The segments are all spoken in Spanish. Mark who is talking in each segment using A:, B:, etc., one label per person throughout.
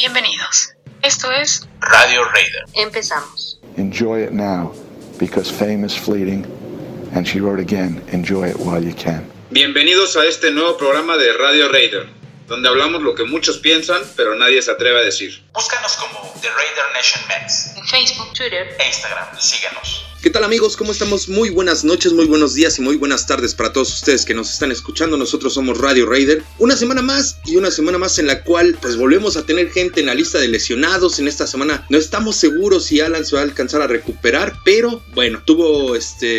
A: Bienvenidos. Esto es
B: Radio Raider.
A: Empezamos.
C: Enjoy it now, because fame is fleeting. And she wrote again, enjoy it while you can.
D: Bienvenidos a este nuevo programa de Radio Raider, donde hablamos lo que muchos piensan, pero nadie se atreve a decir.
B: Búscanos como The Raider Nation Mets
A: En Facebook, Twitter
B: e Instagram. Síguenos.
D: ¿Qué tal, amigos? ¿Cómo estamos? Muy buenas noches, muy buenos días y muy buenas tardes para todos ustedes que nos están escuchando. Nosotros somos Radio Raider. Una semana más en la cual pues volvemos a tener gente en la lista de lesionados. En esta semana no estamos seguros si Alan se va a alcanzar a recuperar, pero bueno, tuvo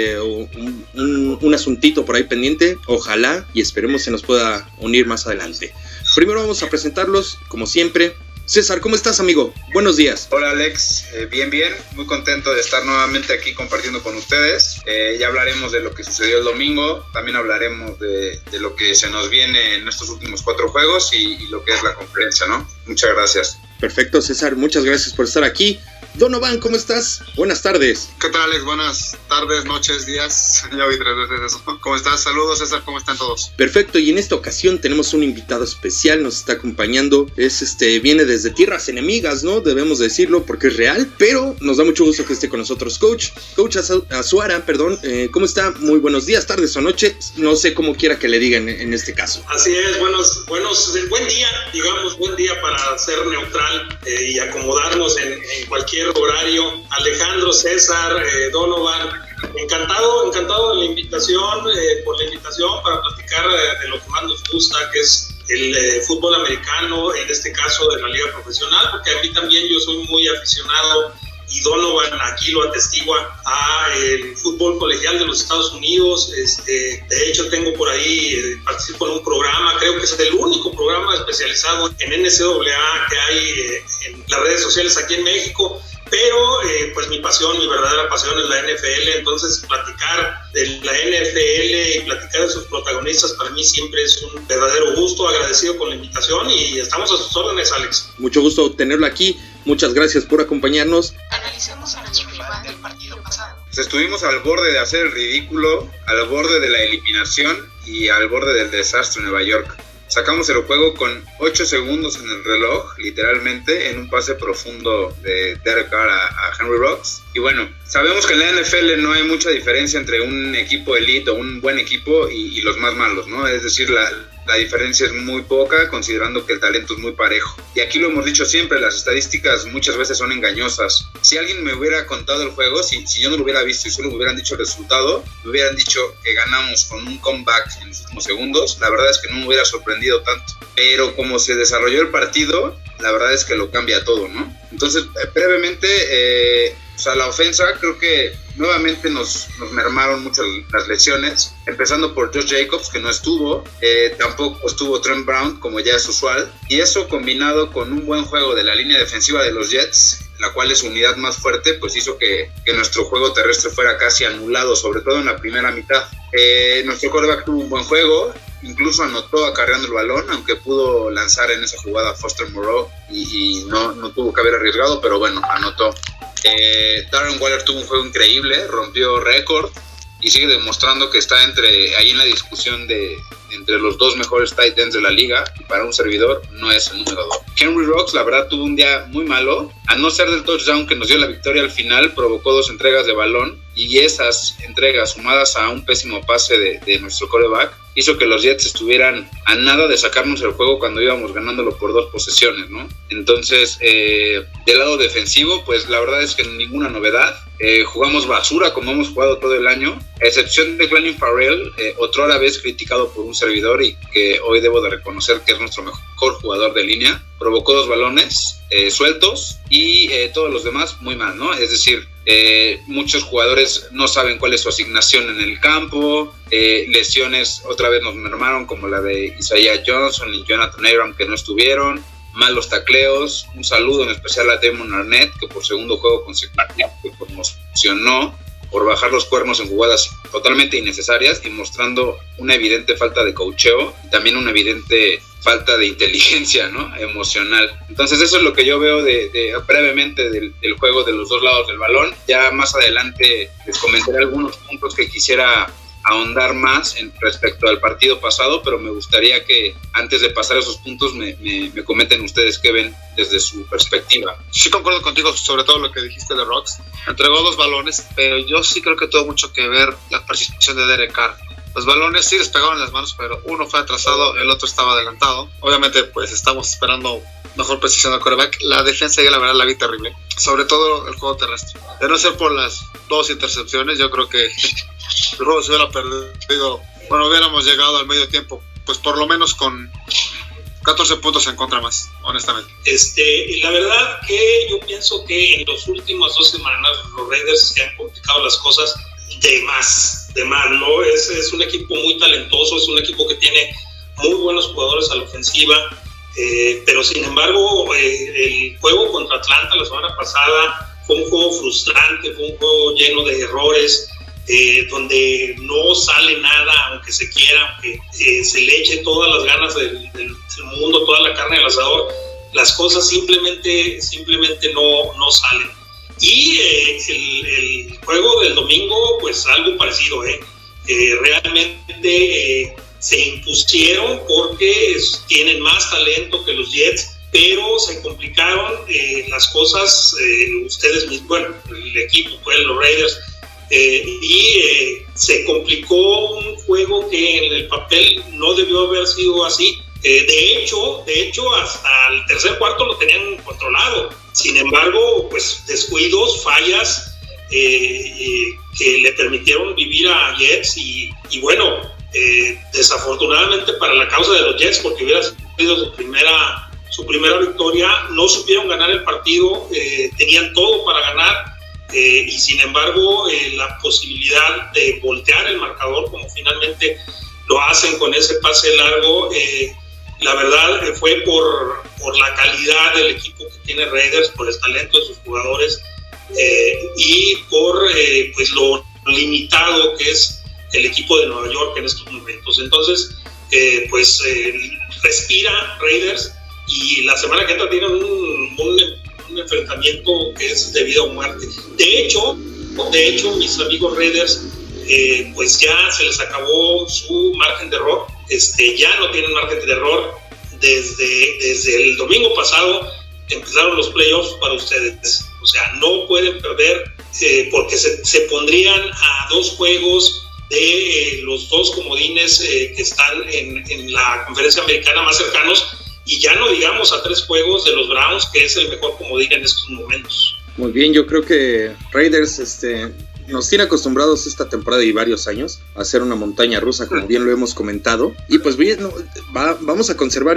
D: un asuntito por ahí pendiente. Ojalá y esperemos se nos pueda unir más adelante. Primero vamos a presentarlos, como siempre. César, ¿cómo estás, amigo? Buenos días.
E: Hola, Alex. Bien, muy contento de estar nuevamente aquí compartiendo con ustedes. Ya hablaremos de lo que sucedió el domingo, también hablaremos de lo que se nos viene en estos últimos 4 juegos y lo que es la conferencia, ¿no? Muchas gracias.
D: Perfecto, César, muchas gracias por estar aquí. Donovan, ¿cómo estás? Buenas tardes.
F: ¿Qué tal, Alex? Buenas tardes, noches, días. Ya oí 3 veces eso. ¿Cómo estás? Saludos, César. ¿Cómo están todos?
D: Perfecto, y en esta ocasión tenemos un invitado especial, nos está acompañando. Viene desde tierras enemigas, ¿no? Debemos decirlo porque es real, pero nos da mucho gusto que esté con nosotros. Coach Azuara, ¿cómo está? Muy buenos días, tardes o noches. No sé cómo quiera que le digan en este caso.
G: Así es, buen día, digamos, buen día para ser neutral y acomodarnos en cualquier horario. Alejandro, César, Donovan, encantado de la invitación, por la invitación para platicar de lo que más nos gusta, que es el fútbol americano, en este caso de la liga profesional, porque a mí también yo soy muy aficionado, y Donovan aquí lo atestigua, a el fútbol colegial de los Estados Unidos. De hecho tengo por ahí, participo en un programa, creo que es el único programa especializado en NCAA que hay en las redes sociales aquí en México. Pero pues mi verdadera pasión es la NFL, entonces platicar de la NFL y platicar de sus protagonistas para mí siempre es un verdadero gusto, agradecido con la invitación y estamos a sus órdenes, Alex.
D: Mucho gusto tenerlo aquí, muchas gracias por acompañarnos.
A: Analicemos a nuestro rival del partido pasado.
E: Pues estuvimos al borde de hacer el ridículo, al borde de la eliminación y al borde del desastre en Nueva York. Sacamos el juego con 8 segundos en el reloj, literalmente, en un pase profundo de Derek Carr a Henry Ruggs. Y bueno, sabemos que en la NFL no hay mucha diferencia entre un equipo elite o un buen equipo y los más malos, ¿no? Es decir, la diferencia es muy poca, considerando que el talento es muy parejo. Y aquí lo hemos dicho siempre, las estadísticas muchas veces son engañosas. Si alguien me hubiera contado el juego, si yo no lo hubiera visto y solo me hubieran dicho el resultado, me hubieran dicho que ganamos con un comeback en los últimos segundos, la verdad es que no me hubiera sorprendido tanto. Pero como se desarrolló el partido, la verdad es que lo cambia todo, ¿no? Entonces, brevemente, la ofensa, creo que nuevamente nos mermaron mucho las lesiones, empezando por Josh Jacobs, que no estuvo, tampoco estuvo Trent Brown, como ya es usual, y eso combinado con un buen juego de la línea defensiva de los Jets, la cual es su unidad más fuerte, pues hizo que nuestro juego terrestre fuera casi anulado, sobre todo en la primera mitad. Nuestro quarterback tuvo un buen juego, incluso anotó acarreando el balón, aunque pudo lanzar en esa jugada a Foster Moreau y no tuvo que haber arriesgado, pero bueno, anotó. Darren Waller tuvo un juego increíble, rompió récord y sigue demostrando que está ahí en la discusión entre los 2 mejores tight ends de la liga, y para un servidor no es el número 2. Henry Ruggs, la verdad, tuvo un día muy malo. A no ser del touchdown que nos dio la victoria al final, provocó 2 entregas de balón, y esas entregas, sumadas a un pésimo pase de nuestro quarterback, hizo que los Jets estuvieran a nada de sacarnos el juego cuando íbamos ganándolo por 2 posesiones, ¿no? Entonces, del lado defensivo, pues la verdad es que ninguna novedad. Jugamos basura como hemos jugado todo el año, a excepción de Clelin Ferrell, otrora vez criticado por un servidor y que hoy debo de reconocer que es nuestro mejor jugador de línea. Provocó 2 balones sueltos y todos los demás muy mal, ¿no? Es decir, muchos jugadores no saben cuál es su asignación en el campo, lesiones otra vez nos mermaron, como la de Isaiah Johnson y Jonathan Abram, que no estuvieron, malos tacleos. Un saludo en especial a Damon Arnett, que por segundo juego consecutivo nos funcionó por bajar los cuernos en jugadas totalmente innecesarias y mostrando una evidente falta de coacheo y también una evidente falta de inteligencia, ¿no?, emocional. Entonces eso es lo que yo veo brevemente del juego de los 2 lados del balón. Ya más adelante les comentaré algunos puntos que quisiera ahondar más respecto al partido pasado, pero me gustaría que antes de pasar esos puntos me comenten ustedes qué ven desde su perspectiva.
F: Sí, concuerdo contigo, sobre todo lo que dijiste de Rocks. Entregó 2 balones, pero yo sí creo que tuvo mucho que ver la precisión de Derek Carr. Los balones sí les pegaban en las manos, pero uno fue atrasado, el otro estaba adelantado. Obviamente, pues estamos esperando mejor precisión del quarterback. La defensa ya la verdad la vi terrible, sobre todo el juego terrestre. De no ser por las 2 intercepciones, yo creo que el juego se hubiera perdido. Bueno, hubiéramos llegado al medio tiempo, pues por lo menos con 14 puntos en contra más, honestamente.
G: La verdad que yo pienso que en las últimas 2 semanas los Raiders se han complicado las cosas de más, ¿no? Es un equipo muy talentoso, es un equipo que tiene muy buenos jugadores a la ofensiva, pero sin embargo el juego contra Atlanta la semana pasada fue un juego frustrante, fue un juego lleno de errores, donde no sale nada, aunque se quiera, aunque se le eche todas las ganas del mundo, toda la carne al asador, las cosas simplemente no salen. Y el juego del domingo, pues algo parecido, realmente se impusieron porque tienen más talento que los Jets, pero se complicaron las cosas ustedes mismos, bueno, el equipo, pues los Raiders, y se complicó un juego que en el papel no debió haber sido así. De hecho, hasta el tercer cuarto lo tenían controlado. Sin embargo, pues descuidos, fallas que le permitieron vivir a Jets y bueno, desafortunadamente para la causa de los Jets, porque hubiera sido su primera victoria, no supieron ganar el partido, tenían todo para ganar, y sin embargo la posibilidad de voltear el marcador como finalmente lo hacen con ese pase largo, la verdad fue por la calidad del equipo que tiene Raiders, por el talento de sus jugadores, y por pues lo limitado que es el equipo de Nueva York en estos momentos. Entonces respira Raiders, y la semana que entra tienen un enfrentamiento que es de vida o muerte. De hecho mis amigos Raiders, pues ya se les acabó su margen de error, ya no tienen margen de error. Desde el domingo pasado empezaron los playoffs para ustedes, o sea, no pueden perder, porque se pondrían a 2 juegos de los 2 comodines que están en la conferencia americana más cercanos, y ya no digamos a 3 juegos de los Browns, que es el mejor comodín en estos momentos.
D: Muy bien, yo creo que Raiders nos tiene acostumbrados esta temporada y varios años a hacer una montaña rusa, como bien lo hemos comentado, y pues vamos a conservar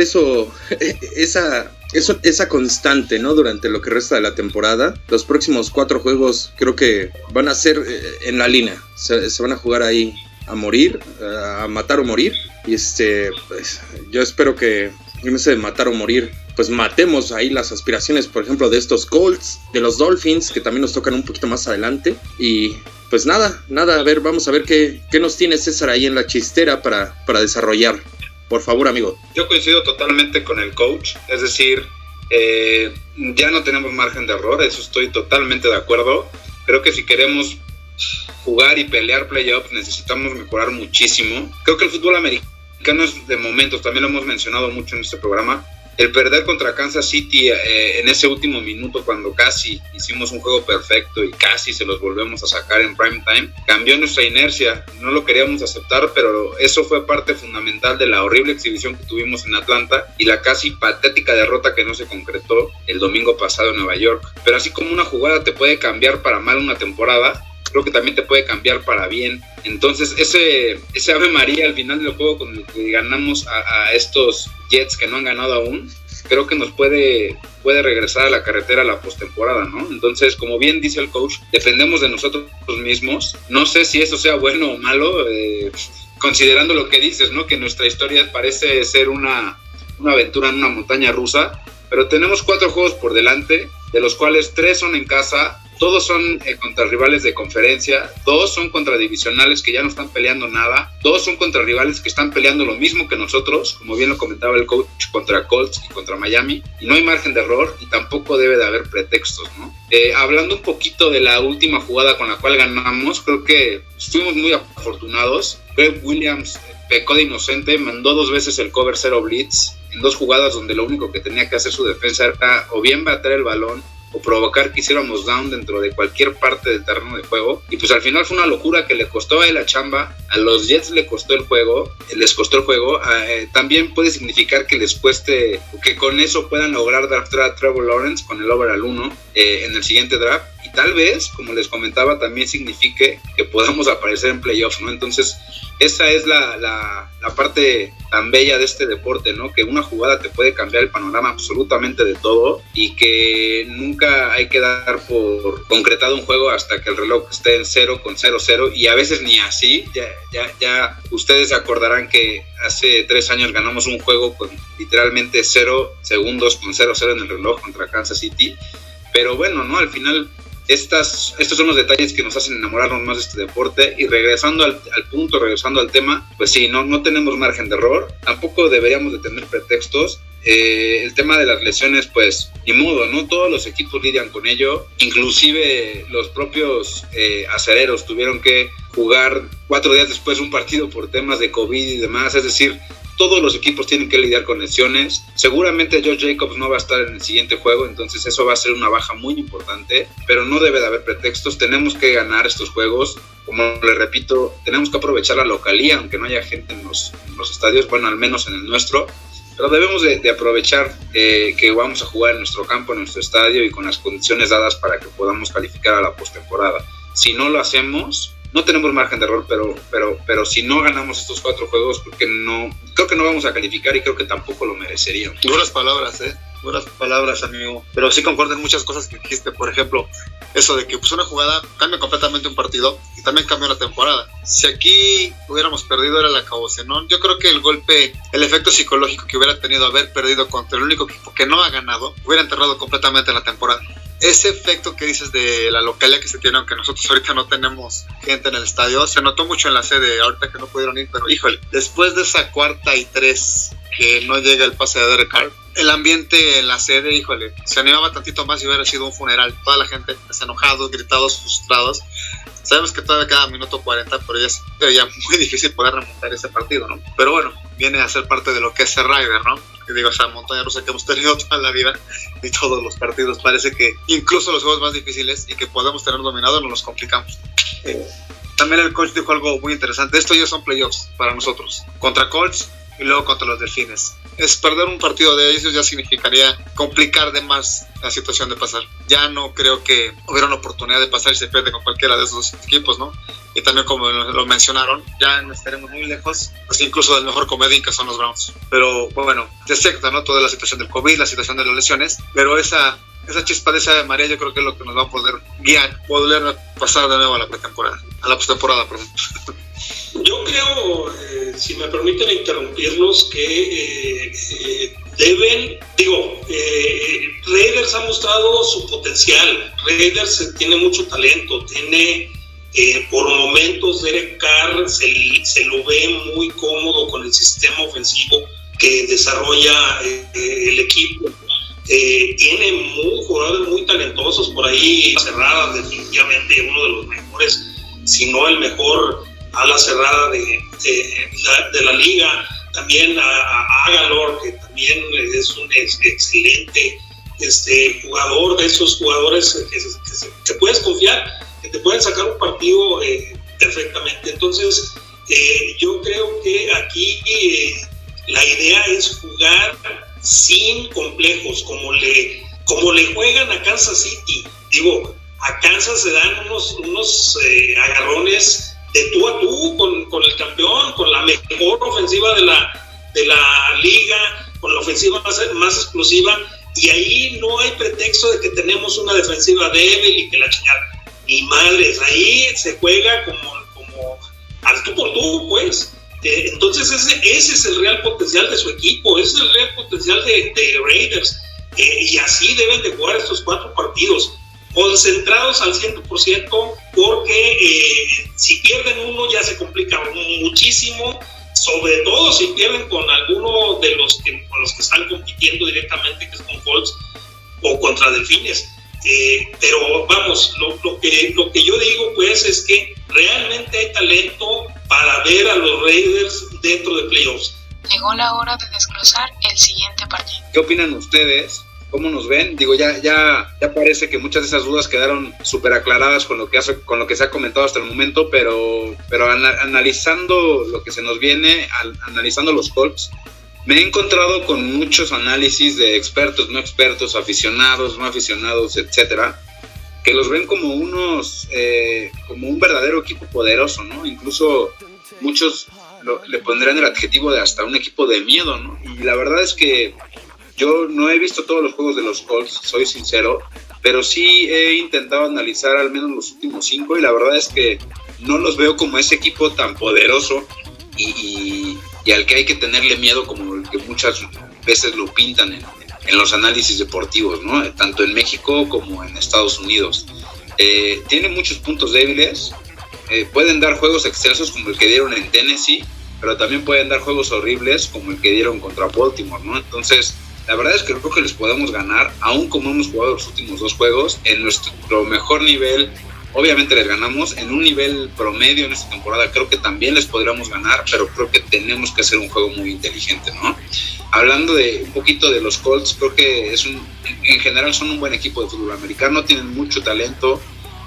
D: esa constante, ¿no? Durante lo que resta de la temporada. Los próximos 4 juegos creo que van a ser en la línea, se van a jugar ahí a morir, a matar o morir, y pues yo espero que en ese de matar o morir pues matemos ahí las aspiraciones, por ejemplo, de estos Colts, de los Dolphins, que también nos tocan un poquito más adelante. Y pues nada, a ver, vamos a ver qué nos tiene César ahí en la chistera para desarrollar. Por favor, amigo.
E: Yo coincido totalmente con el coach, es decir, ya no tenemos margen de error, eso estoy totalmente de acuerdo. Creo que si queremos jugar y pelear playoffs necesitamos mejorar muchísimo. Creo que el fútbol americano es de momentos, también lo hemos mencionado mucho en este programa. El perder contra Kansas City en ese último minuto, cuando casi hicimos un juego perfecto y casi se los volvemos a sacar en prime time, cambió nuestra inercia. No lo queríamos aceptar, pero eso fue parte fundamental de la horrible exhibición que tuvimos en Atlanta y la casi patética derrota que no se concretó el domingo pasado en Nueva York. Pero así como una jugada te puede cambiar para mal una temporada, creo que también te puede cambiar para bien. Entonces ese Ave María al final del juego con el que ganamos a estos Jets que no han ganado aún, creo que nos puede regresar a la carretera a la postemporada, ¿no? Entonces, como bien dice el coach, dependemos de nosotros mismos. No sé si eso sea bueno o malo, considerando lo que dices, ¿no? Que nuestra historia parece ser una aventura en una montaña rusa, pero tenemos 4 juegos por delante, de los cuales 3 son en casa. todos son contra rivales de conferencia, 2 son contra divisionales que ya no están peleando nada, 2 son contra rivales que están peleando lo mismo que nosotros, como bien lo comentaba el coach, contra Colts y contra Miami, y no hay margen de error y tampoco debe de haber pretextos, ¿no? Hablando un poquito de la última jugada con la cual ganamos, creo que fuimos muy afortunados. Greg Williams pecó de inocente, mandó 2 veces el cover 0 blitz en 2 jugadas donde lo único que tenía que hacer su defensa era o bien bater el balón o provocar que hiciéramos down dentro de cualquier parte del terreno de juego, y pues al final fue una locura que le costó a él la chamba, a los Jets les costó el juego, también puede significar que les cueste, que con eso puedan lograr draftar a Trevor Lawrence con el overall 1 en el siguiente draft, y tal vez, como les comentaba, también signifique que podamos aparecer en playoffs, ¿no? Entonces esa es la parte tan bella de este deporte, ¿no? Que una jugada te puede cambiar el panorama absolutamente de todo, y que nunca hay que dar por concretado un juego hasta que el reloj esté en 0 con 0-0, y a veces ni así. Ya ustedes se acordarán que hace 3 años ganamos un juego con literalmente 0 segundos con 0-0 en el reloj contra Kansas City, pero bueno, ¿no? Al final estos son los detalles que nos hacen enamorarnos más de este deporte. Y regresando al punto, regresando al tema, pues sí, no tenemos margen de error, tampoco deberíamos de tener pretextos. El tema de las lesiones, pues ni modo, ¿no? Todos los equipos lidian con ello, inclusive los propios acereros tuvieron que jugar 4 días después un partido por temas de COVID y demás, es decir, todos los equipos tienen que lidiar con lesiones. Seguramente Josh Jacobs no va a estar en el siguiente juego, entonces eso va a ser una baja muy importante, pero no debe de haber pretextos. Tenemos que ganar estos juegos. Como les repito, tenemos que aprovechar la localía, aunque no haya gente en los estadios, bueno, al menos en el nuestro, pero debemos de aprovechar que vamos a jugar en nuestro campo, en nuestro estadio, y con las condiciones dadas para que podamos calificar a la postemporada. Si no lo hacemos, no tenemos margen de error, pero si no ganamos estos 4 juegos, creo que no vamos a calificar, y creo que tampoco lo mereceríamos.
F: Buenas palabras, amigo. Pero sí concuerdo en muchas cosas que dijiste. Por ejemplo, eso de que pues una jugada cambia completamente un partido y también cambió la temporada. Si aquí hubiéramos perdido era el acabose, ¿no? Yo creo que el golpe, el efecto psicológico que hubiera tenido haber perdido contra el único equipo que no ha ganado, hubiera enterrado completamente la temporada. Ese efecto que dices de la localidad que se tiene, aunque nosotros ahorita no tenemos gente en el estadio, se notó mucho en la sede, ahorita que no pudieron ir, pero híjole, después de esa 4ª y 3 que no llega el pase de Derek Carr, el ambiente en la sede, híjole, se animaba tantito más y hubiera sido un funeral. Toda la gente enojados, gritados, frustrados. Sabemos que todavía queda minuto 40, pero ya sería muy difícil poder remontar ese partido, ¿no? Pero bueno, viene a ser parte de lo que es ser Raider, ¿no? Que digo, esa montaña rusa que hemos tenido toda la vida, y todos los partidos parece que incluso los juegos más difíciles y que podemos tener dominados nos los complicamos. También el coach dijo algo muy interesante: esto ya son playoffs para nosotros, contra Colts y luego contra los Delfines. Es perder un partido de ellos ya significaría complicar de más la situación de pasar. Ya no creo que hubiera una oportunidad de pasar y se pierde con cualquiera de esos equipos, ¿no? Y también, como lo mencionaron, ya no estaremos muy lejos, pues incluso del mejor comodín que son los Browns. Pero bueno, es cierto, ¿no? Toda la situación del COVID, la situación de las lesiones, pero esa chispa de esa María yo creo que es lo que nos va a poder guiar, poder pasar de nuevo a la postemporada, perdón.
G: Yo creo, si me permiten interrumpirlos, que Raiders ha mostrado su potencial. Raiders tiene mucho talento, tiene por momentos Derek Carr se lo ve muy cómodo con el sistema ofensivo que desarrolla el equipo. Tiene jugadores muy talentosos por ahí, cerradas, definitivamente uno de los mejores, si no el mejor ala cerrada de la liga. También a Agalor, que también es un excelente jugador, de esos jugadores que puedes confiar, que te pueden sacar un partido perfectamente. Entonces yo creo que aquí la idea es jugar sin complejos, como le juegan a Kansas City. Digo, a Kansas se dan unos agarrones de tú a tú con el campeón, con la mejor ofensiva de la liga, con la ofensiva más explosiva, y ahí no hay pretexto de que tenemos una defensiva débil y que la chingada. Ni madres, ahí se juega como al tú por tú, pues. Entonces ese es el real potencial de su equipo, ese es el real potencial de Raiders, y así deben de jugar estos 4 partidos. concentrados al 100%, porque si pierden uno ya se complica muchísimo, sobre todo si pierden con alguno de con los que están compitiendo directamente, que es con Colts o contra Delfines. Pero vamos, lo que yo digo pues es que realmente hay talento para ver a los Raiders dentro de playoffs.
A: Llegó la hora de desglosar el siguiente partido.
E: ¿Qué opinan ustedes? ¿Cómo nos ven? Digo, ya parece que muchas de esas dudas quedaron súper aclaradas con lo que se ha comentado hasta el momento, pero analizando lo que se nos viene, analizando los Colts, me he encontrado con muchos análisis de expertos, no expertos, aficionados, no aficionados, etcétera, que los ven como como un verdadero equipo poderoso, ¿no? Incluso muchos le pondrían el adjetivo de hasta un equipo de miedo, ¿no? Y la verdad es que yo no he visto todos los juegos de los Colts, soy sincero, pero sí he intentado analizar al menos los últimos 5 y la verdad es que no los veo como ese equipo tan poderoso y al que hay que tenerle miedo como el que muchas veces lo pintan en los análisis deportivos, ¿no? Tanto en México como en Estados Unidos. Tiene muchos puntos débiles, pueden dar juegos excelsos como el que dieron en Tennessee, pero también pueden dar juegos horribles como el que dieron contra Baltimore, ¿no? Entonces, la verdad es que creo que les podemos ganar, aún como hemos jugado los últimos 2 juegos, en nuestro mejor nivel. Obviamente les ganamos en un nivel promedio en esta temporada, creo que también les podríamos ganar, pero creo que tenemos que hacer un juego muy inteligente, ¿no? Hablando de un poquito de los Colts, creo que en general son un buen equipo de fútbol americano, tienen mucho talento,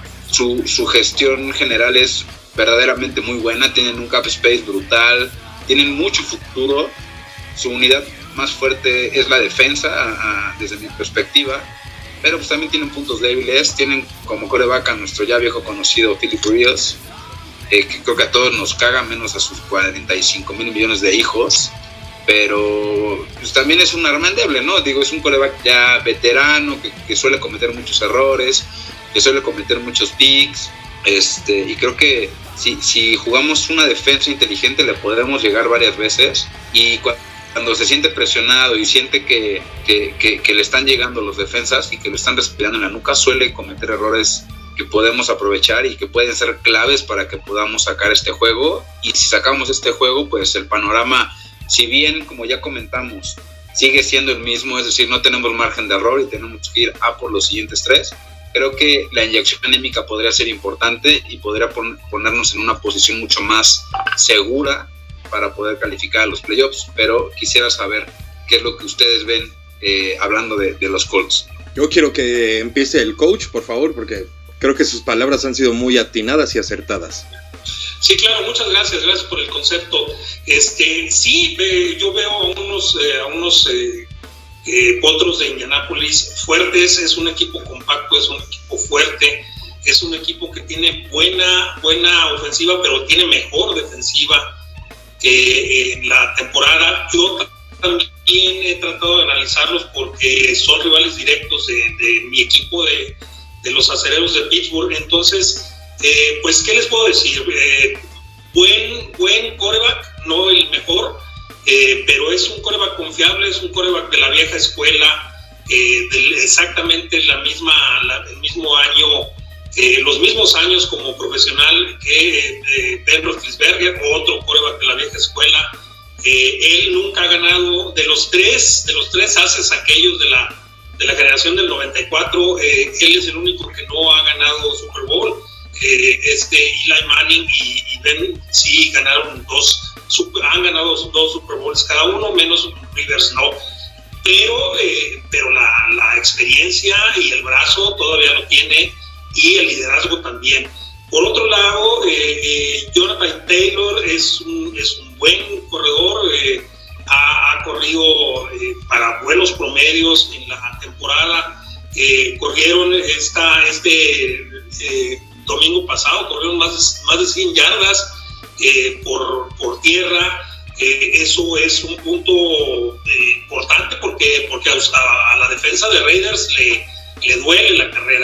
E: su gestión general es verdaderamente muy buena, tienen un cap space brutal, tienen mucho futuro, su unidad más fuerte es la defensa, desde mi perspectiva, pero pues también tienen puntos débiles. Tienen como quarterback a nuestro ya viejo conocido Philip Rivers, que creo que a todos nos caga, menos a sus 45,000 millones de hijos, pero pues también es un arma endeble, ¿no? Digo, es un quarterback ya veterano que suele cometer muchos errores, que suele cometer muchos picks, y creo que si jugamos una defensa inteligente le podremos llegar varias veces, y cuando se siente presionado y siente que le están llegando los defensas y que lo están respirando en la nuca, suele cometer errores que podemos aprovechar y que pueden ser claves para que podamos sacar este juego. Y si sacamos este juego, pues el panorama, si bien, como ya comentamos, sigue siendo el mismo, es decir, no tenemos margen de error y tenemos que ir a por los siguientes 3, creo que la inyección anímica podría ser importante y podría ponernos en una posición mucho más segura para poder calificar a los playoffs, pero quisiera saber qué es lo que ustedes ven hablando de los Colts.
D: Yo quiero que empiece el coach, por favor, porque creo que sus palabras han sido muy atinadas y acertadas.
G: Sí, claro, muchas gracias por el concepto. Sí, yo veo a unos Potros de Indianápolis fuertes, es un equipo compacto, es un equipo fuerte, es un equipo que tiene buena ofensiva, pero tiene mejor defensiva que en la temporada. Yo también he tratado de analizarlos porque son rivales directos de mi equipo de los Acereros de Pittsburgh. Entonces, pues, ¿qué les puedo decir? Buen quarterback, no el mejor, pero es un quarterback confiable, es un quarterback de la vieja escuela, exactamente el mismo año, los mismos años como profesional que Ben Roethlisberger, otro quarterback de la vieja escuela. Él nunca ha ganado de los tres ases aquellos de la generación del 94. Él es el único que no ha ganado Super Bowl. Eli Manning y Ben sí ganaron han ganado 2 Super Bowls cada uno, menos Rivers no. Pero la experiencia y el brazo todavía lo tiene, y el liderazgo también. Por otro lado, Jonathan Taylor es un buen corredor, ha corrido para buenos promedios en la temporada. Corrieron domingo pasado, corrieron más de 100 yardas por tierra. Eso es un punto importante porque a la defensa de Raiders le duele la carrera.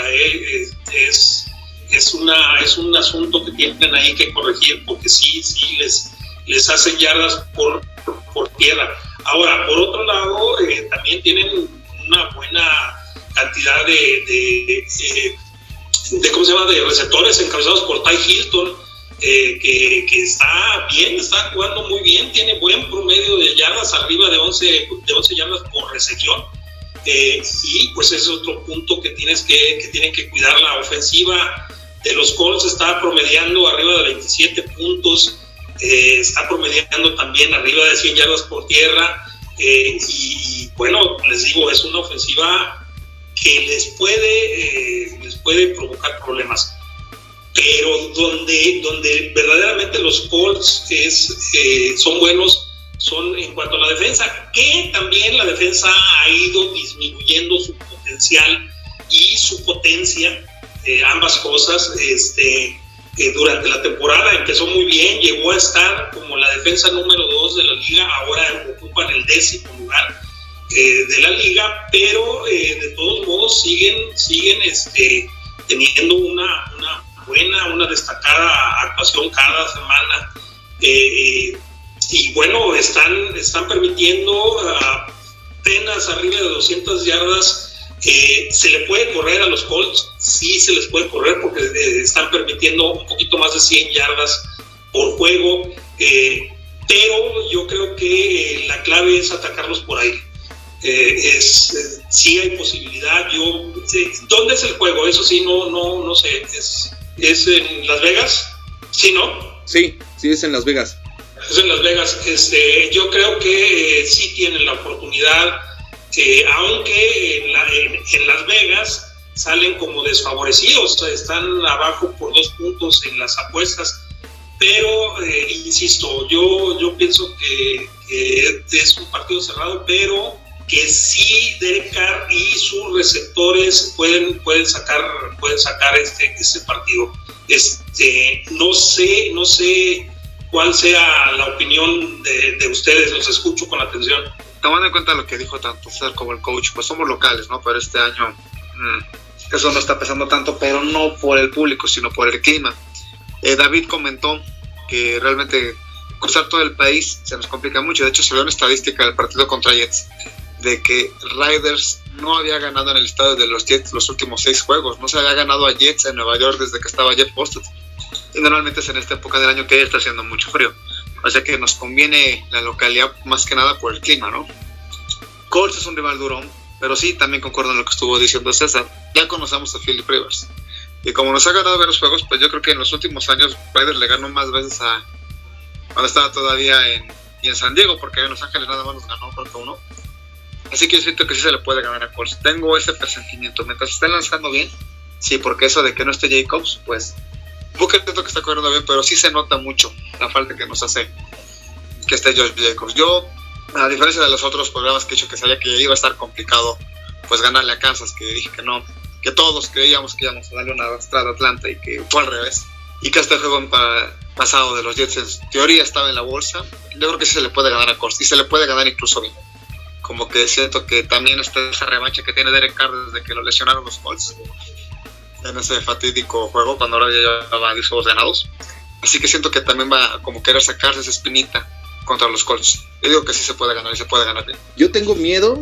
G: Es un asunto que tienen ahí que corregir, porque sí les hacen yardas por tierra. Ahora, por otro lado, también tienen una buena cantidad de de receptores encabezados por Ty Hilton, que está bien, está jugando muy bien, tiene buen promedio de yardas, arriba de 11 yardas por recepción. Y pues ese es otro punto que tienen que cuidar. La ofensiva de los Colts está promediando arriba de 27 puntos, está promediando también arriba de 100 yardas por tierra, y bueno, les digo, es una ofensiva que les puede provocar problemas, pero donde verdaderamente los Colts son buenos son en cuanto a la defensa, que también la defensa ha ido disminuyendo su potencial y su potencia, ambas cosas. Durante la temporada empezó muy bien, llegó a estar como la defensa número 2 de la liga, ahora ocupan el 10º lugar de la liga, pero de todos modos siguen teniendo una buena, una destacada actuación cada semana, y bueno, están permitiendo apenas arriba de 200 yardas. ¿Se le puede correr a los Colts? Sí, se les puede correr porque están permitiendo un poquito más de 100 yardas por juego, pero yo creo que la clave es atacarlos por ahí. Sí hay posibilidad. ¿Dónde es el juego? Eso sí, no sé. ¿Es en Las Vegas? ¿Sí, no?
D: Sí, es en Las Vegas.
G: Es en Las Vegas. Yo creo que sí tienen la oportunidad, aunque en Las Vegas salen como desfavorecidos, están abajo por 2 puntos en las apuestas, pero insisto, yo pienso que es un partido cerrado, pero que sí Derek Carr y sus receptores pueden sacar este partido. No sé cuál sea la opinión de ustedes, los escucho con atención.
F: Tomando en cuenta lo que dijo tanto César como el coach, pues somos locales, ¿no? Pero este año eso no está pesando tanto, pero no por el público, sino por el clima. David comentó que realmente cruzar todo el país se nos complica mucho. De hecho, se ve una estadística del partido contra Jets de que Raiders no había ganado en el estadio de los Jets los últimos 6 juegos. No se había ganado a Jets en Nueva York desde que estaba Jeff Posted. Y normalmente es en esta época del año que está haciendo mucho frío. O sea que nos conviene la localidad más que nada por el clima, ¿no? Colts es un rival duro, pero sí, también concuerdo en lo que estuvo diciendo César. Ya conocemos a Philip Rivers. Y como nos ha ganado ver los juegos, pues yo creo que en los últimos años Raiders le ganó más veces a cuando estaba todavía en San Diego, porque en Los Ángeles nada más nos ganó 4-1. Así que yo siento que sí se le puede ganar a Colts. Tengo ese presentimiento. Mientras estén lanzando bien, sí, porque eso de que no esté Jacobs, pues Booker siento que está corriendo bien, pero sí se nota mucho la falta que nos hace que esté Josh Jacobs. Yo, a diferencia de los otros programas que he hecho, que sabía que iba a estar complicado pues ganarle a Kansas, que dije que no, que todos creíamos que íbamos a darle una arrastrada a Atlanta y que fue al revés, y que este juego pasado de los Jets en teoría estaba en la bolsa. Yo creo que sí se le puede ganar a Colts, y se le puede ganar incluso bien. Como que siento que también está esa revancha que tiene Derek Carr desde que lo lesionaron los Colts en ese fatídico juego, cuando ahora ya llevaba 10 juegos ganados. Así que siento que también va a como querer sacarse esa espinita contra los Colts. Yo digo que sí se puede ganar, y se puede ganar bien.
D: Yo tengo miedo,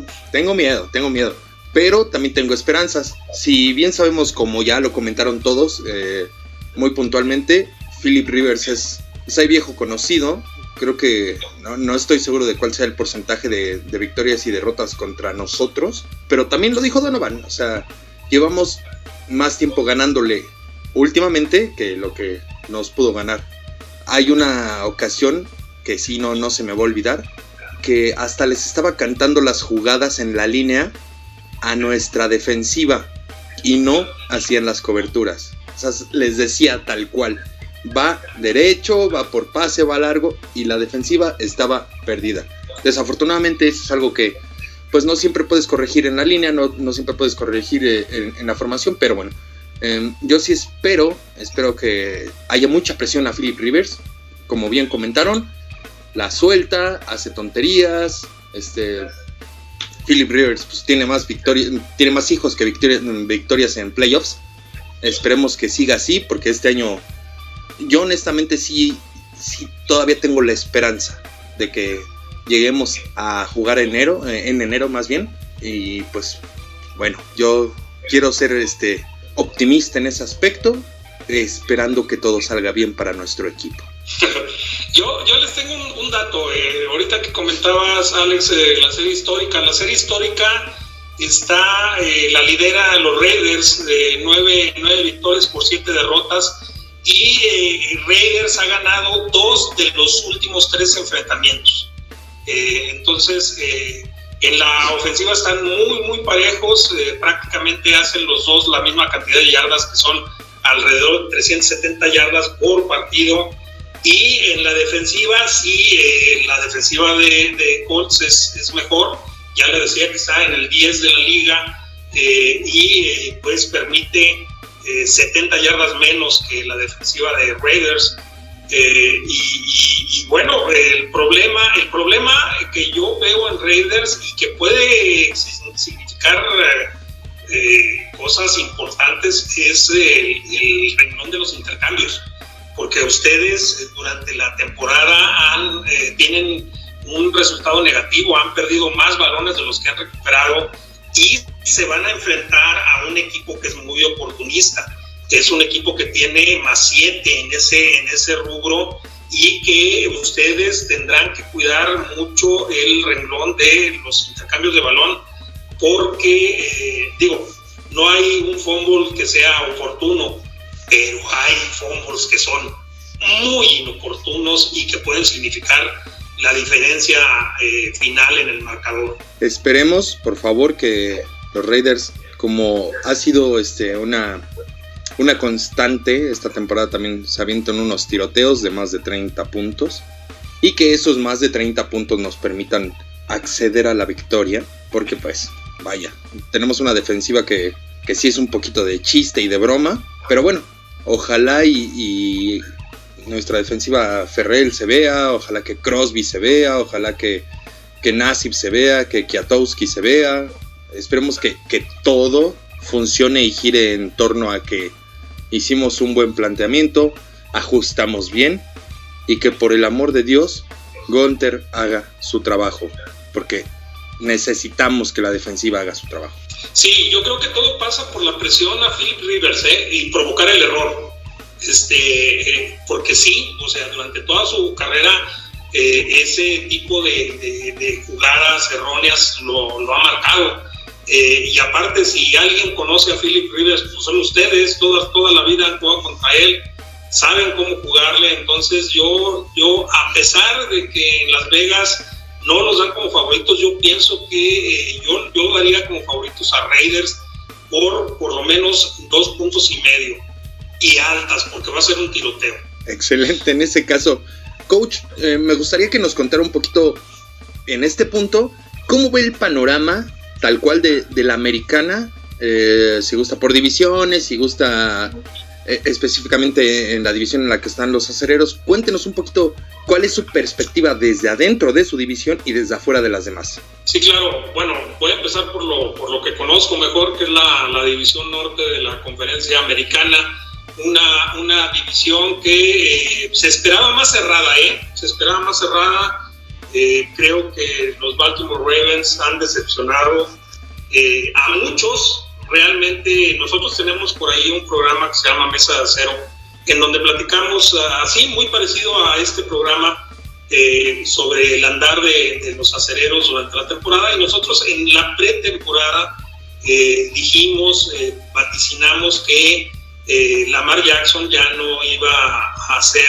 D: pero también tengo esperanzas. Si bien sabemos, como ya lo comentaron todos muy puntualmente, Philip Rivers es ahí viejo conocido. Creo que no estoy seguro de cuál sea el porcentaje de victorias y derrotas contra nosotros, pero también lo dijo Donovan, o sea, llevamos más tiempo ganándole últimamente que lo que nos pudo ganar. Hay una ocasión que sí no se me va a olvidar, que hasta les estaba cantando las jugadas en la línea a nuestra defensiva y no hacían las coberturas. O sea, les decía tal cual: va derecho, va por pase, va largo, y la defensiva estaba perdida. Desafortunadamente eso es algo que pues no siempre puedes corregir en la línea, no siempre puedes corregir en la formación, pero bueno, yo sí espero que haya mucha presión a Philip Rivers. Como bien comentaron, la suelta, hace tonterías. Philip Rivers pues tiene más hijos que victorias en playoffs. Esperemos que siga así, porque este año yo honestamente sí todavía tengo la esperanza de que lleguemos a jugar en enero más bien. Y pues bueno, yo quiero ser optimista en ese aspecto, esperando que todo salga bien para nuestro equipo.
G: Yo les tengo un dato. Ahorita que comentabas, Alex, la serie histórica. La serie histórica está, la lidera los Raiders de 9 victorias por 7 derrotas. Y Raiders ha ganado 2 de los últimos 3 enfrentamientos. Entonces, en la ofensiva están muy parejos. Prácticamente hacen los dos la misma cantidad de yardas, que son alrededor de 370 yardas por partido. Y en la defensiva, sí, la defensiva de Colts es mejor. Ya le decía que está en el 10 de la liga y pues permite 70 yardas menos que la defensiva de Raiders. Y bueno, el problema que yo veo en Raiders y que puede significar cosas importantes es el renglón de los intercambios, porque ustedes durante la temporada tienen un resultado negativo, han perdido más balones de los que han recuperado y se van a enfrentar a un equipo que es muy oportunista, que es un equipo que tiene +7 en ese rubro y que ustedes tendrán que cuidar mucho el renglón de los intercambios de balón, porque no hay un fumble que sea oportuno, pero hay fumbles que son muy inoportunos y que pueden significar la diferencia final en el marcador.
D: Esperemos, por favor, que los Raiders, como ha sido una constante esta temporada, también se avientan unos tiroteos de más de 30 puntos y que esos más de 30 puntos nos permitan acceder a la victoria, porque pues vaya, tenemos una defensiva que sí es un poquito de chiste y de broma, pero bueno, ojalá y nuestra defensiva Ferrell se vea, ojalá que Crosby se vea, ojalá que Nassib se vea, que Kwiatkowski se vea. Esperemos que todo funcione y gire en torno a que hicimos un buen planteamiento, ajustamos bien y que por el amor de Dios Gunter haga su trabajo, porque necesitamos que la defensiva haga su trabajo.
G: Sí, yo creo que todo pasa por la presión a Philip Rivers y provocar el error. Porque sí, o sea, durante toda su carrera ese tipo de jugadas erróneas lo ha marcado. Y aparte, si alguien conoce a Philip Rivers, pues son ustedes, toda la vida han jugado contra él, saben cómo jugarle. Entonces yo a pesar de que en Las Vegas no los dan como favoritos, yo pienso que yo daría como favoritos a Raiders por lo menos 2.5 puntos y altas, porque va a ser un tiroteo.
D: Excelente, en ese caso, coach, me gustaría que nos contara un poquito en este punto cómo ve el panorama tal cual de la americana, si gusta por divisiones, si gusta específicamente en la división en la que están los acereros. Cuéntenos un poquito cuál es su perspectiva desde adentro de su división y desde afuera de las demás.
G: Sí, claro. Bueno, voy a empezar por lo que conozco mejor, que es la división norte de la conferencia americana. Una división que se esperaba más cerrada, creo que los Baltimore Ravens han decepcionado a muchos. Realmente nosotros tenemos por ahí un programa que se llama Mesa de Acero, en donde platicamos así, muy parecido a este programa, sobre el andar de los acereros durante la temporada. Y nosotros en la pretemporada vaticinamos que Lamar Jackson ya no iba a ser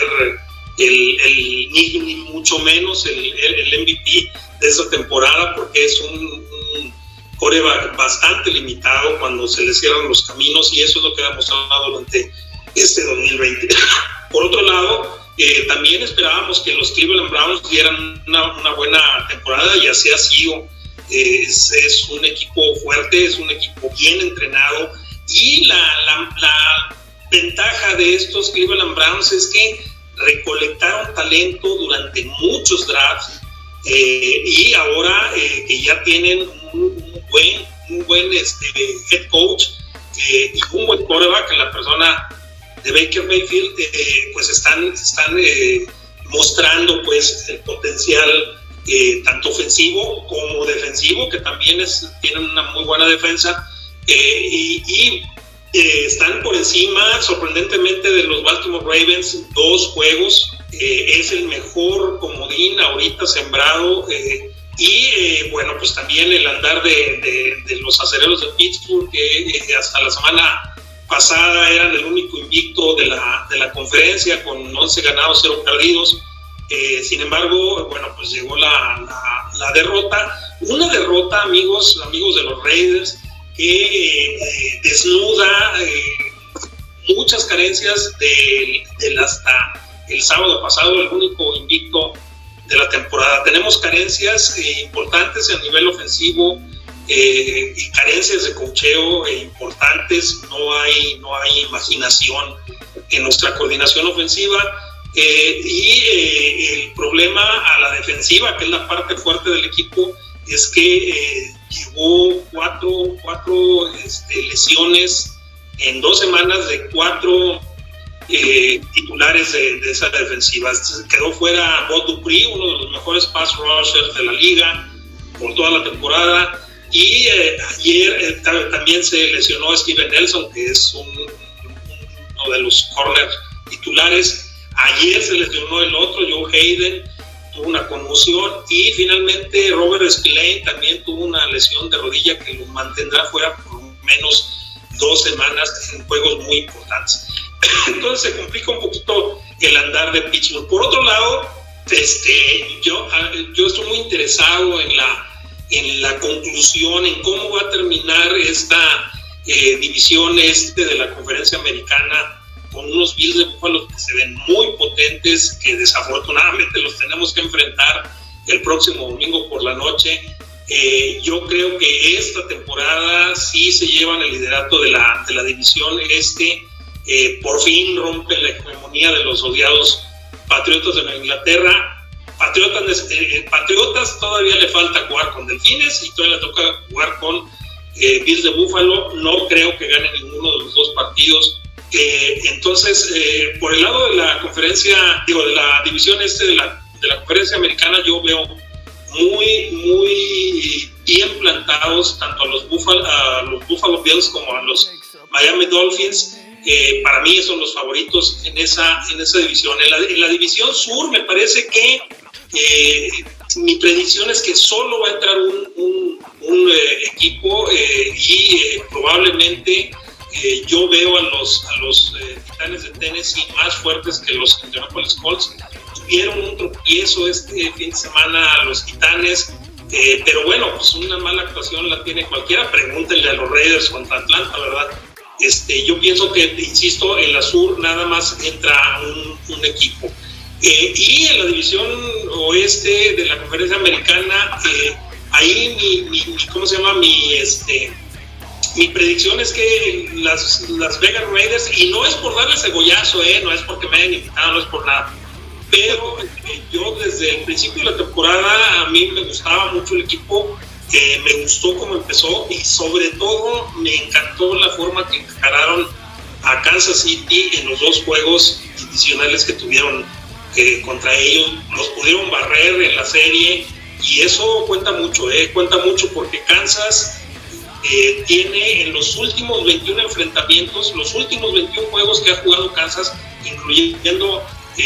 G: ni mucho menos el MVP de esta temporada, porque es un quarterback bastante limitado cuando se le cierran los caminos, y eso es lo que ha demostrado durante este 2020. Por otro lado, también esperábamos que los Cleveland Browns dieran una buena temporada, y así ha sido. Es un equipo fuerte, es un equipo bien entrenado, y la ventaja de estos Cleveland Browns es que recolectaron talento durante muchos drafts, y ahora que ya tienen un buen head coach y un buen quarterback en la persona de Baker Mayfield, pues están mostrando pues el potencial tanto ofensivo como defensivo, que también tienen una muy buena defensa, y están por encima, sorprendentemente, de los Baltimore Ravens, 2 juegos. Es el mejor comodín ahorita sembrado. Bueno, pues también el andar de los acereros de Pittsburgh, que hasta la semana pasada eran el único invicto de la conferencia, con 11 ganados, 0 perdidos. Sin embargo, bueno, pues llegó la derrota. Una derrota, amigos de los Raiders, que desnuda muchas carencias del hasta el sábado pasado, el único invicto de la temporada. Tenemos carencias importantes a nivel ofensivo, y carencias de coacheo importantes. No hay imaginación en nuestra coordinación ofensiva, y el problema a la defensiva, que es la parte fuerte del equipo, es que llevó cuatro lesiones en 2 semanas de 4 titulares de esa defensiva. Quedó fuera Bud Dupree, uno de los mejores pass rushers de la liga por toda la temporada, y ayer también se lesionó Steven Nelson, que es uno de los corners titulares. Ayer se lesionó el otro, Joe Hayden, tuvo una conmoción, y finalmente Robert Spillane también tuvo una lesión de rodilla que lo mantendrá fuera por menos 2 semanas en juegos muy importantes. Entonces se complica un poquito el andar de Pittsburgh. Por otro lado, yo estoy muy interesado en la conclusión, en cómo va a terminar esta división de la conferencia americana, con unos Bills de Buffalo que se ven muy potentes, que desafortunadamente los tenemos que enfrentar el próximo domingo por la noche. Yo creo que esta temporada sí se llevan el liderato de la división por fin rompe la hegemonía de los odiados Patriotas de Nueva Inglaterra. Patriotas todavía le falta jugar con Delfines, y todavía le toca jugar con Bills de Buffalo. No creo que gane ninguno de los 2 partidos. Entonces, por el lado de la conferencia, de la división de la conferencia americana, yo veo muy bien plantados tanto a los Buffalo Bills como a los Miami Dolphins. Para mí son los favoritos en esa división. En la división sur me parece que mi predicción es que solo va a entrar un equipo, y probablemente yo veo a los Titanes de Tennessee más fuertes que los Indianapolis Colts. Tuvieron un tropiezo este fin de semana a los Titanes, pero bueno, pues una mala actuación la tiene cualquiera. Pregúntenle a los Raiders contra Atlanta, ¿verdad? Yo pienso que, insisto, en la sur nada más entra un equipo. Y en la división oeste de la conferencia americana, ahí mi predicción es que las Vegas Raiders, y no es por darle cebollazo, no es porque me hayan invitado, no es por nada, pero yo desde el principio de la temporada a mí me gustaba mucho el equipo. Me gustó cómo empezó, y sobre todo me encantó la forma que encararon a Kansas City en los 2 juegos divisionales que tuvieron contra ellos. Los pudieron barrer en la serie, y eso cuenta mucho porque Kansas tiene en los últimos 21 enfrentamientos, los últimos 21 juegos que ha jugado Kansas, incluyendo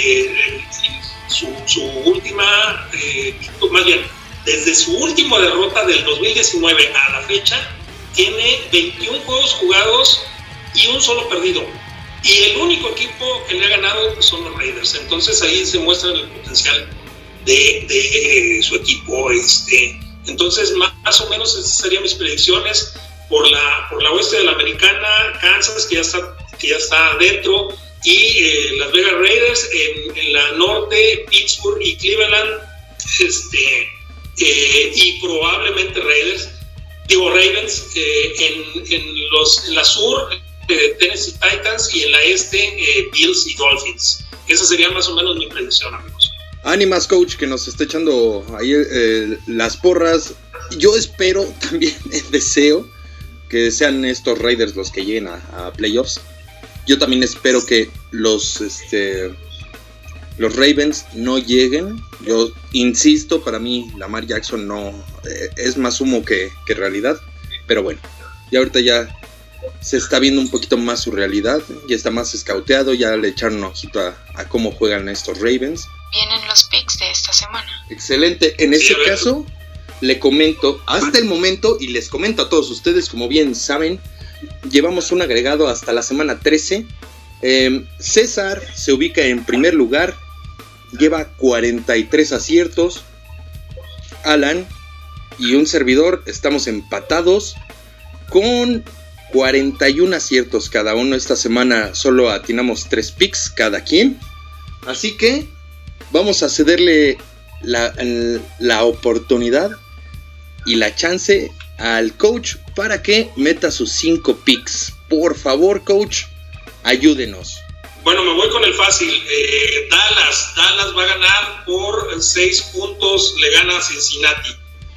G: su última, más bien, desde su última derrota del 2019 a la fecha, tiene 21 juegos jugados y un solo perdido. Y el único equipo que le ha ganado son los Raiders. Entonces ahí se muestra el potencial de su equipo. Entonces más o menos esas serían mis predicciones. Por la oeste de la americana, Kansas, que ya está adentro, y Las Vegas Raiders. En la norte, Pittsburgh y Cleveland, y probablemente Ravens. En la sur, Tennessee Titans, y en la este, Bills y Dolphins. Esa sería más o menos mi predicción, amigos.
D: Ánimas, coach, que nos está echando ahí las porras. Yo espero, también deseo que sean estos Raiders los que lleguen a playoffs. Yo también espero que los Ravens no lleguen. Yo insisto, para mí Lamar Jackson no es más humo que realidad. Pero bueno, y ahorita ya se está viendo un poquito más su realidad, ya está más escauteado, ya le echaron un ojito a cómo juegan estos Ravens.
A: Vienen los picks de esta semana.
D: Excelente, en ese caso le comento hasta el momento y les comento a todos ustedes, como bien saben, llevamos un agregado hasta la semana 13. César se ubica en primer lugar, lleva 43 aciertos. Alan y un servidor estamos empatados con 41 aciertos cada uno. Esta semana solo atinamos 3 picks cada quien, así que vamos a cederle la oportunidad y la chance al coach para que meta sus 5 picks. Por favor, coach, ayúdenos.
G: Bueno, me voy con el fácil. Dallas va a ganar por 6 puntos, le gana a Cincinnati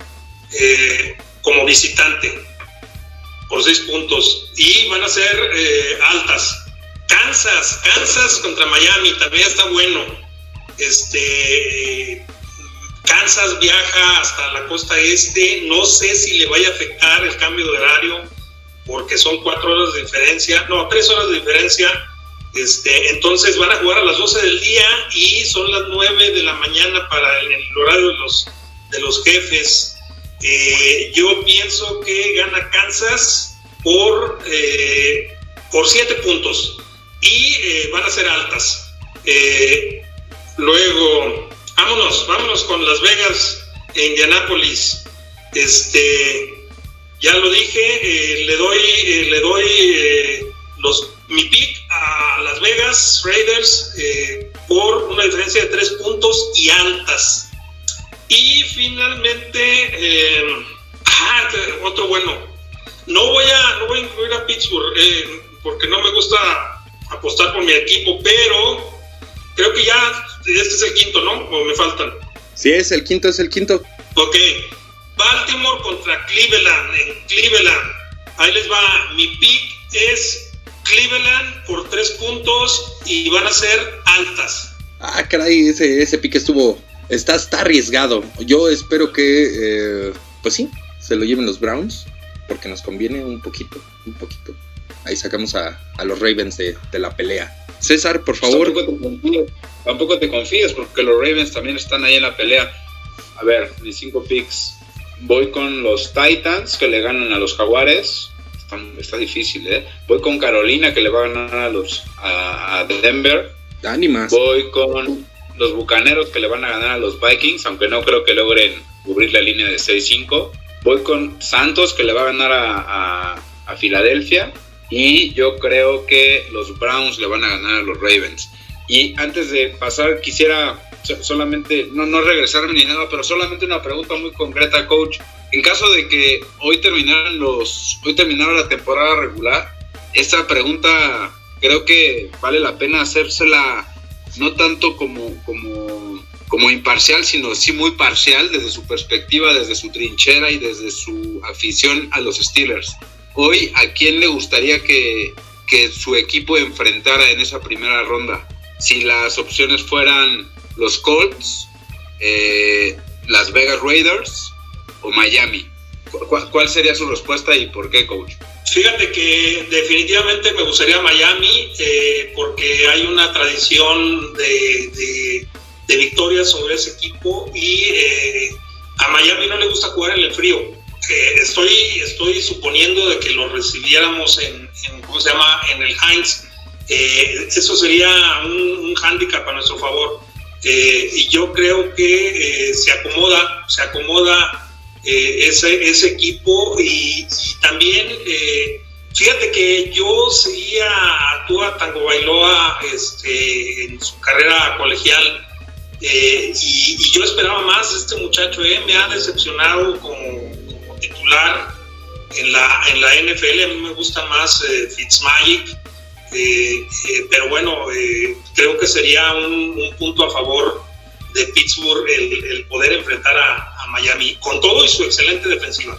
G: como visitante por 6 puntos y van a ser altas. Kansas contra Miami también está bueno. Kansas viaja hasta la costa este, no sé si le vaya a afectar el cambio de horario porque son 3 horas de diferencia. Entonces van a jugar a las 12 del día y son las 9 de la mañana para el horario de los jefes. Yo pienso que gana Kansas por 7 puntos y van a ser altas. Luego vámonos con Las Vegas e Indianápolis. Ya lo dije, le doy mi pick a Las Vegas Raiders por una diferencia de 3 puntos y altas. Y finalmente, otro bueno. No voy a incluir a Pittsburgh porque no me gusta apostar por mi equipo, pero creo que ya este es el quinto, ¿no? ¿O me faltan?
D: Sí, es el quinto.
G: Ok. Baltimore contra Cleveland, en Cleveland. Ahí les va. Mi pick es Cleveland por 3 puntos y van a ser altas.
D: Ah, caray, ese pick está arriesgado. Yo espero que, pues sí, se lo lleven los Browns, porque nos conviene un poquito. Ahí sacamos a los Ravens de la pelea. César, por favor.
E: Tampoco te confíes, porque los Ravens también están ahí en la pelea. A ver, mis 5 picks. Voy con los Titans, que le ganan a los Jaguares. Está difícil, ¿eh? Voy con Carolina, que le va a ganar a Denver.
D: Ánimas.
E: Voy con los Bucaneros, que le van a ganar a los Vikings, aunque no creo que logren cubrir la línea de 6-5. Voy con Santos, que le va a ganar a Filadelfia. Y yo creo que los Browns le van a ganar a los Ravens. Y antes de pasar, quisiera solamente, no regresarme ni nada, pero solamente una pregunta muy concreta, coach. En caso de que hoy terminara la temporada regular, esta pregunta creo que vale la pena hacérsela no tanto como imparcial, sino sí muy parcial desde su perspectiva, desde su trinchera y desde su afición a los Steelers. Hoy, ¿a quién le gustaría que su equipo enfrentara en esa primera ronda? Si las opciones fueran los Colts, Las Vegas Raiders o Miami, ¿cuál sería su respuesta y por qué, coach?
G: Fíjate que definitivamente me gustaría Miami porque hay una tradición de victorias sobre ese equipo y a Miami no le gusta jugar en el frío. Estoy suponiendo de que lo recibiéramos en el Heinz. Eso sería un hándicap a nuestro favor. Y yo creo que se acomoda ese equipo y también fíjate que yo seguía a Tua Tagovailoa en su carrera colegial y yo esperaba más de este muchacho. Me ha decepcionado como titular en la NFL. A mí me gusta más Fitzmagic, pero bueno, creo que sería un punto a favor de Pittsburgh el poder enfrentar a Miami con todo y su excelente defensiva.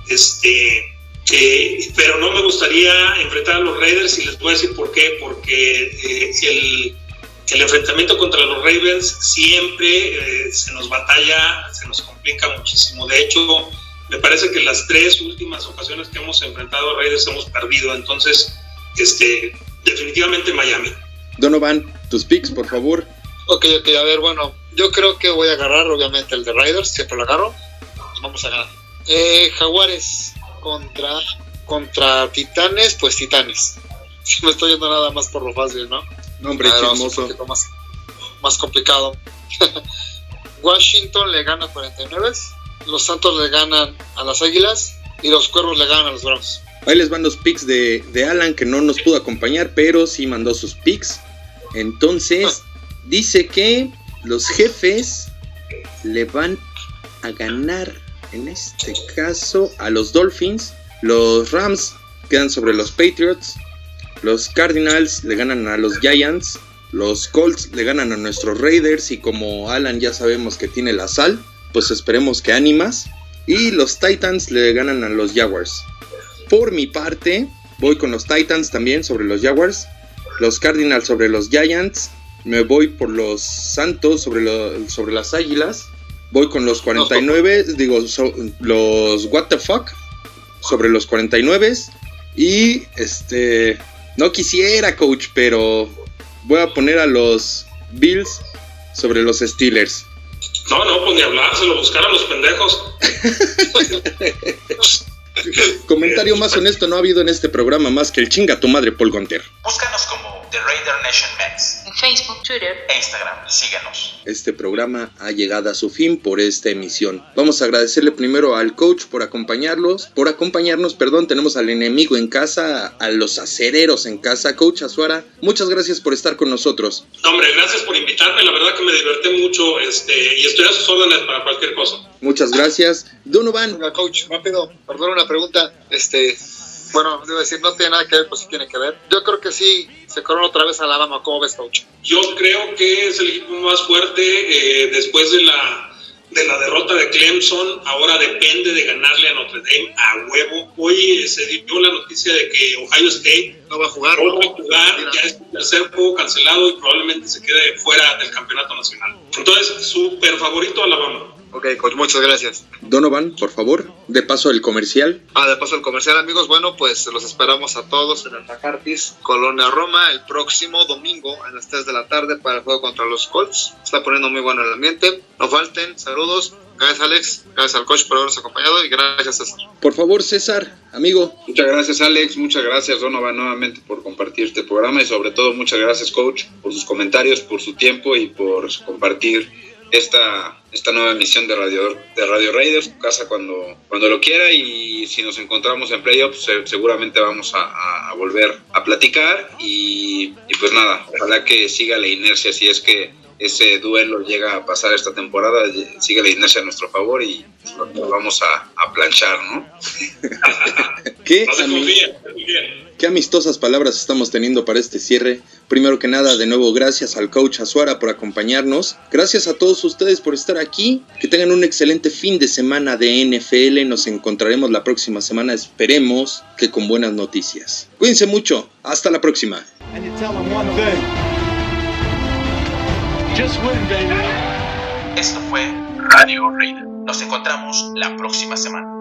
G: Pero no me gustaría enfrentar a los Raiders y les voy a decir por qué. Porque el enfrentamiento contra los Ravens siempre se nos batalla, se nos complica muchísimo. De hecho, Me parece que las 3 últimas ocasiones que hemos enfrentado a Raiders hemos perdido, entonces definitivamente Miami.
D: Donovan, tus picks, por favor.
F: Ok, a ver, bueno, yo creo que voy a agarrar obviamente el de Raiders, siempre lo agarro, vamos a ganar. Jaguares contra Titanes, pues Titanes. Me estoy yendo nada más por lo fácil, ¿no?
D: No, hombre, chismoso.
F: Un poquito más complicado. Washington le gana a 49, los Santos le ganan a las Águilas y los Cuervos le ganan a los Browns.
D: Ahí les van los picks de Alan, que no nos pudo acompañar, pero sí mandó sus picks. Entonces, dice que los Jefes le van a ganar, en este caso, a los Dolphins. Los Rams quedan sobre los Patriots. Los Cardinals le ganan a los Giants. Los Colts le ganan a nuestros Raiders. Y como Alan ya sabemos que tiene la sal, pues esperemos que ánimas. Y los Titans le ganan a los Jaguars. Por mi parte, voy con los Titans también sobre los Jaguars. Los Cardinals sobre los Giants. Me voy por los Santos sobre las Águilas. Voy con los 49, los What the Fuck sobre los 49. Y no quisiera, coach, pero voy a poner a los Bills sobre los Steelers.
G: No, pues ni hablar, se lo buscaron los pendejos.
D: Comentario más honesto no ha habido en este programa más que el chinga tu madre Paul Gonter.
B: Búscanos como The Raider Nation Mets
A: En Facebook, Twitter
B: e Instagram. Síguenos.
D: Este programa ha llegado a su fin por esta emisión. Vamos a agradecerle primero al coach por acompañarnos. Tenemos al enemigo en casa, a los acereros en casa. Coach Azuara, muchas gracias por estar con nosotros.
G: Hombre, gracias por invitarme, la verdad que me divertí mucho, y estoy a sus órdenes para cualquier cosa.
D: Muchas gracias. Donovan.
F: Venga, coach, rápido, perdón una pregunta. Bueno, debo decir, no tiene nada que ver, pues sí tiene que ver. Yo creo que sí se corona otra vez a Alabama. ¿Cómo ves, coach?
G: Yo creo que es el equipo más fuerte después de la derrota de Clemson. Ahora depende de ganarle a Notre Dame a huevo. Hoy se dio la noticia de que Ohio State
F: no va a jugar.
G: Ya es el tercer juego cancelado y probablemente se quede fuera del campeonato nacional. Entonces, súper favorito Alabama.
F: Ok, coach, muchas gracias.
D: Donovan, por favor, de paso el comercial.
F: De paso el comercial, amigos. Bueno, pues los esperamos a todos en el Tacartis, Colonia Roma, el próximo domingo a las 3 de la tarde para el juego contra los Colts. Está poniendo muy bueno el ambiente. No falten, saludos. Gracias, Alex. Gracias al coach por habernos acompañado y gracias, César.
D: Por favor, César, amigo.
E: Muchas gracias, Alex. Muchas gracias, Donovan, nuevamente por compartir este programa y sobre todo muchas gracias, coach, por sus comentarios, por su tiempo y por compartir esta nueva emisión de Radio Raiders, tu casa cuando lo quiera, y si nos encontramos en playoffs seguramente vamos a volver a platicar y pues nada, ojalá que siga la inercia, si es que ese duelo llega a pasar esta temporada, sigue la inercia a nuestro favor y lo vamos a planchar, ¿no?
D: Qué amistosas palabras estamos teniendo para este cierre. Primero que nada, de nuevo, gracias al coach Azuara por acompañarnos. Gracias a todos ustedes por estar aquí. Que tengan un excelente fin de semana de NFL. Nos encontraremos la próxima semana. Esperemos que con buenas noticias. Cuídense mucho. Hasta la próxima.
B: Esto fue Radio Raider. Nos encontramos la próxima semana.